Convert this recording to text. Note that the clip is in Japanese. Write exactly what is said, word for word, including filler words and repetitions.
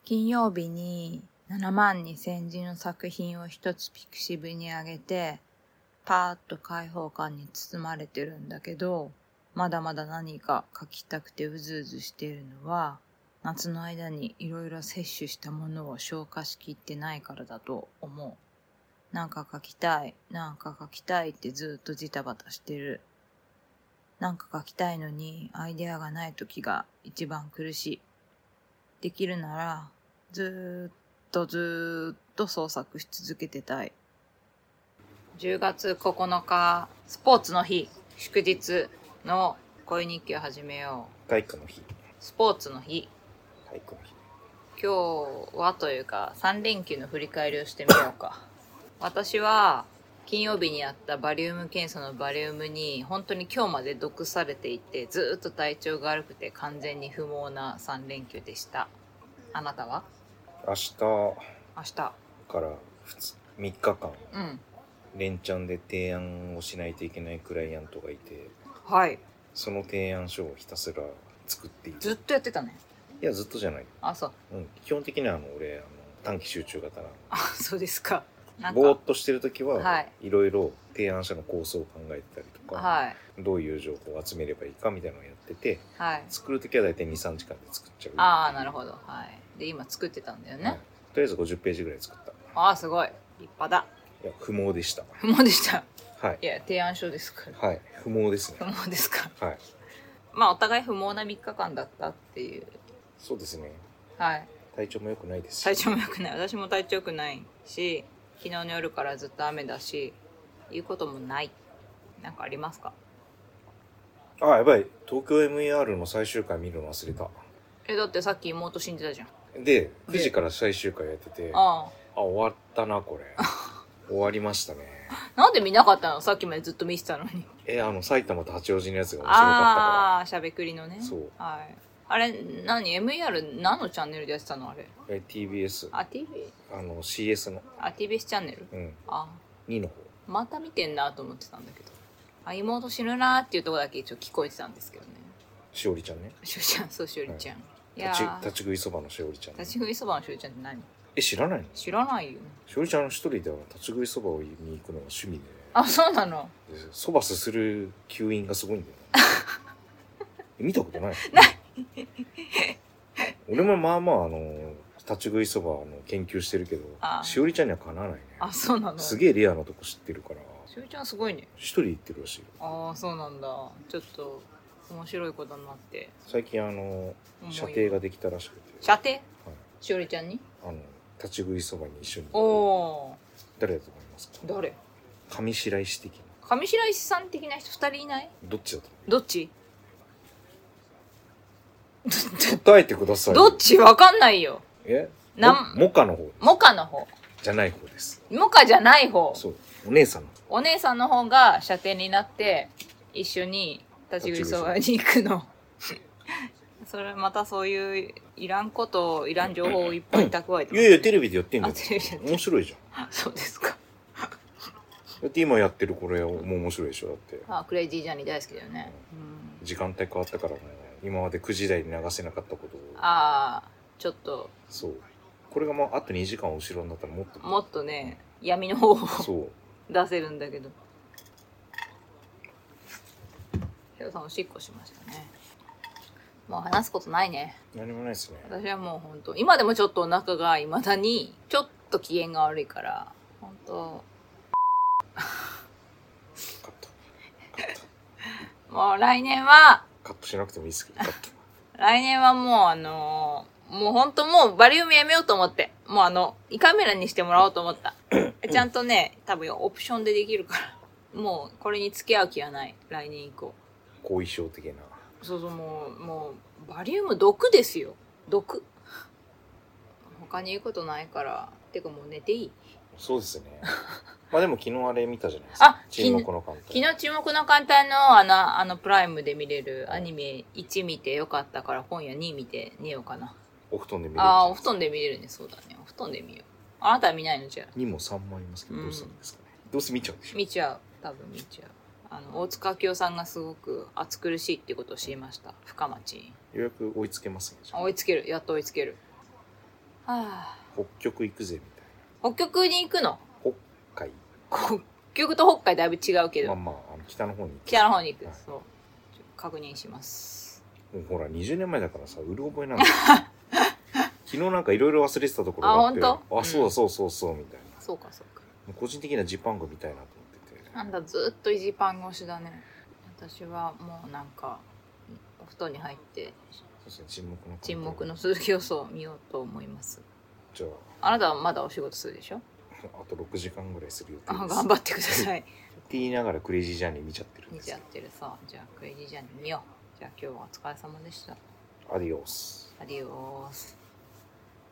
金曜日にななまんにせんじの作品を一つピクシブに上げて、パーッと開放感に包まれてるんだけど、まだまだ何か書きたくてうずうずしているのは、夏の間にいろいろ摂取したものを消化しきってないからだと思う。なんか書きたい、なんか書きたいってずっとジタバタしてる。なんか書きたいのにアイデアがない時が一番苦しい。できるならずーっとずーっと創作し続けてたい。じゅうがつここのか、スポーツの日、祝日の恋日記を始めよう。体育の日。 スポーツの日。 体育の日。 今日はというかさん連休の振り返りをしてみようか。私は金曜日にやったバリウム検査のバリウムに本当に今日まで毒されていて、ずっと体調が悪くて完全に不毛なさん連休でした。あなたは？ 明日明日からみっかかん、 うん、 連チャンで提案をしないといけないクライアントがいて、 はい、 その提案書をひたすら作っている。 ずっとやってたね。 いやずっとじゃない。 あ、そう、 うん、基本的にはあの俺あの短期集中型なの。 あ、そうですか。なんかぼーっとしてる時は、 はい、 いろいろ提案者の構想を考えてたりとか、 はい、 どういう情報を集めればいいかみたいなのをやってて、 はい、 作る時はだいたい にさんじかんで作っちゃう。 ああ、なるほど。はい。で今作ってたんだよね。はい、 とりあえずごじゅっページぐらい作った。 ああ、すごい立派だ。 いや不毛でした。 不毛でした。 はい。 いや提案書ですから。 はい。不毛ですね。 不毛ですか。 はい。 まあお互い不毛なみっかかんだったっていう。 そうですね。 はい。 体調も良くないですし。 体調も良くない。私も体調良くないし、昨日の夜からずっと雨だし、言うこともない。なんかありますか？ あ、やばい。東京 エムイーアール の最終回見るの忘れた。 え、だってさっき妹死んでたじゃん。 で、くじから最終回やってて、ああ、終わったな、これ。終わりましたね。 なんで見なかったの？さっきまでずっと見てたのに。 え、あの、埼玉と八王子のやつが面白かったから。 ああ、しゃべくりのね。 そう。 はい。あれ、何 エムイーアール 何のチャンネルでやってたのあれ？ え、ティービーエス。 あ、ティービー？ あの、シーエス の。 あ、ティービーエス チャンネル？ うん。 あ、 にの方。 また見てんなと思ってたんだけど。あ、妹死ぬなーっていうところだけ一応聞こえてたんですけどね。 しおりちゃんね。 しおりちゃん、そう、しおりちゃん。はい、いや立ち、立ち食いそばのしおりちゃん、ね。 立ち食いそばのしおりちゃんって何？ え、知らないの？ 知らないよ。 しおりちゃん一人では立ち食いそばに行くのが趣味で。 あ、そうなの？ そばすする吸引がすごいんだよ。見たことない？ ない俺もまあまああの立ち食いそばの研究してるけど、しおりちゃんにはかなわないね。 あ、そうなの？ すげえレアなとこ知ってるから。 しおりちゃんすごいね。 一人行ってるらしいよ。 ああ、そうなんだ。ちょっと面白いことになって。 最近あの射程ができたらしくて。 射程？はい。しおりちゃんに？ あの立ち食いそばに一緒に。 おお。 誰だと思いますか？誰？上白石的な。 上白石さん的な人ふたりいない？ どっちだと思う？ どっち？ 答えてください。 どっち？わかんないよ。 え？なんモカの方。 モカの方。 じゃない方です。 モカじゃない方。 そう。お姉さんの。 お姉さんの方が射程になって一緒に立ち食いそばに行くの。それまたそういういらんこといらん情報をいっぱい蓄えてます、ね。 いやいやテレビでやってんだよ。 テレビでやって面白いじゃん。そうですか。 だって今やってるこれも面白いでしょ。だって。 あ、クレイジージャーニー大好きだよね。 うん、時間帯変わったからもう今までくじ台に流せなかったことを。 ああ、ちょっと。 そう。これがもうあとにじかん後ろになったらもっともっとね闇の方をそう出せるんだけど。ヒロさんおしっこしましたね。もう話すことないね。 何もないですね。 私はもう本当今でもちょっとお腹がいまだにちょっと機嫌が悪いから本当カットカットもう来年はカットしなくてもいいですけどカット来年はもうあのー、もう本当もうバリウムやめようと思ってもうあの胃カメラにしてもらおうと思ったちゃんとね多分オプションでできるからもうこれに付き合う気はない来年以降。 後遺症的な。 そうそうもうもうバリウム毒ですよ毒。他に言うことないからてかもう寝ていい？ そうですね。まあでも昨日あれ見たじゃないですか。あ、沈黙の艦隊。 昨日沈黙の艦隊のあのあのプライムで見れるアニメいち見てよかったから今夜に見て寝ようかな。 お布団で見れる。 ああお布団で見れるね。そうだねお布団で見よう。あなたは見ないの？じゃあにもさんもありますけどどうするんですかね、うん、どうせ見ちゃうでしょ。 見ちゃう多分見ちゃう。あの大塚明夫さんがすごく暑苦しいっていうことを知りました。深町ようやく追いつけますね。 追いつけるやっと追いつける。 あ、 北極行くぜみたいな。北極に行くの？ 北海。 北極と北海だいぶ違うけど。 まあまあ、あの北の方に行く。 北の方に行く。 はい、 そう。確認します。 もうほら、にじゅうねんまえだからさ、うる覚えなんだよ。昨日なんかいろいろ忘れてたところがあって。あ、本当？あ、そうだそうそうそう、みたいな。 そうかそうか。 個人的なジパングみたいなと思ってて。 なんだ、ずっとイジパン越しだね。私はもうなんか、お布団に入って、 そうですね、沈黙の沈黙の鈴木予想を見ようと思います。 じゃあ、あなたはまだお仕事するでしょ？ あとろくじかんぐらいする予定です。 あ、頑張ってください。って言いながらクレイジージャーニー見ちゃってるんです見ちゃってるさ。じゃあクレイジージャーニー見よう。じゃあ今日はお疲れ様でした。 アディオス。 アディオス。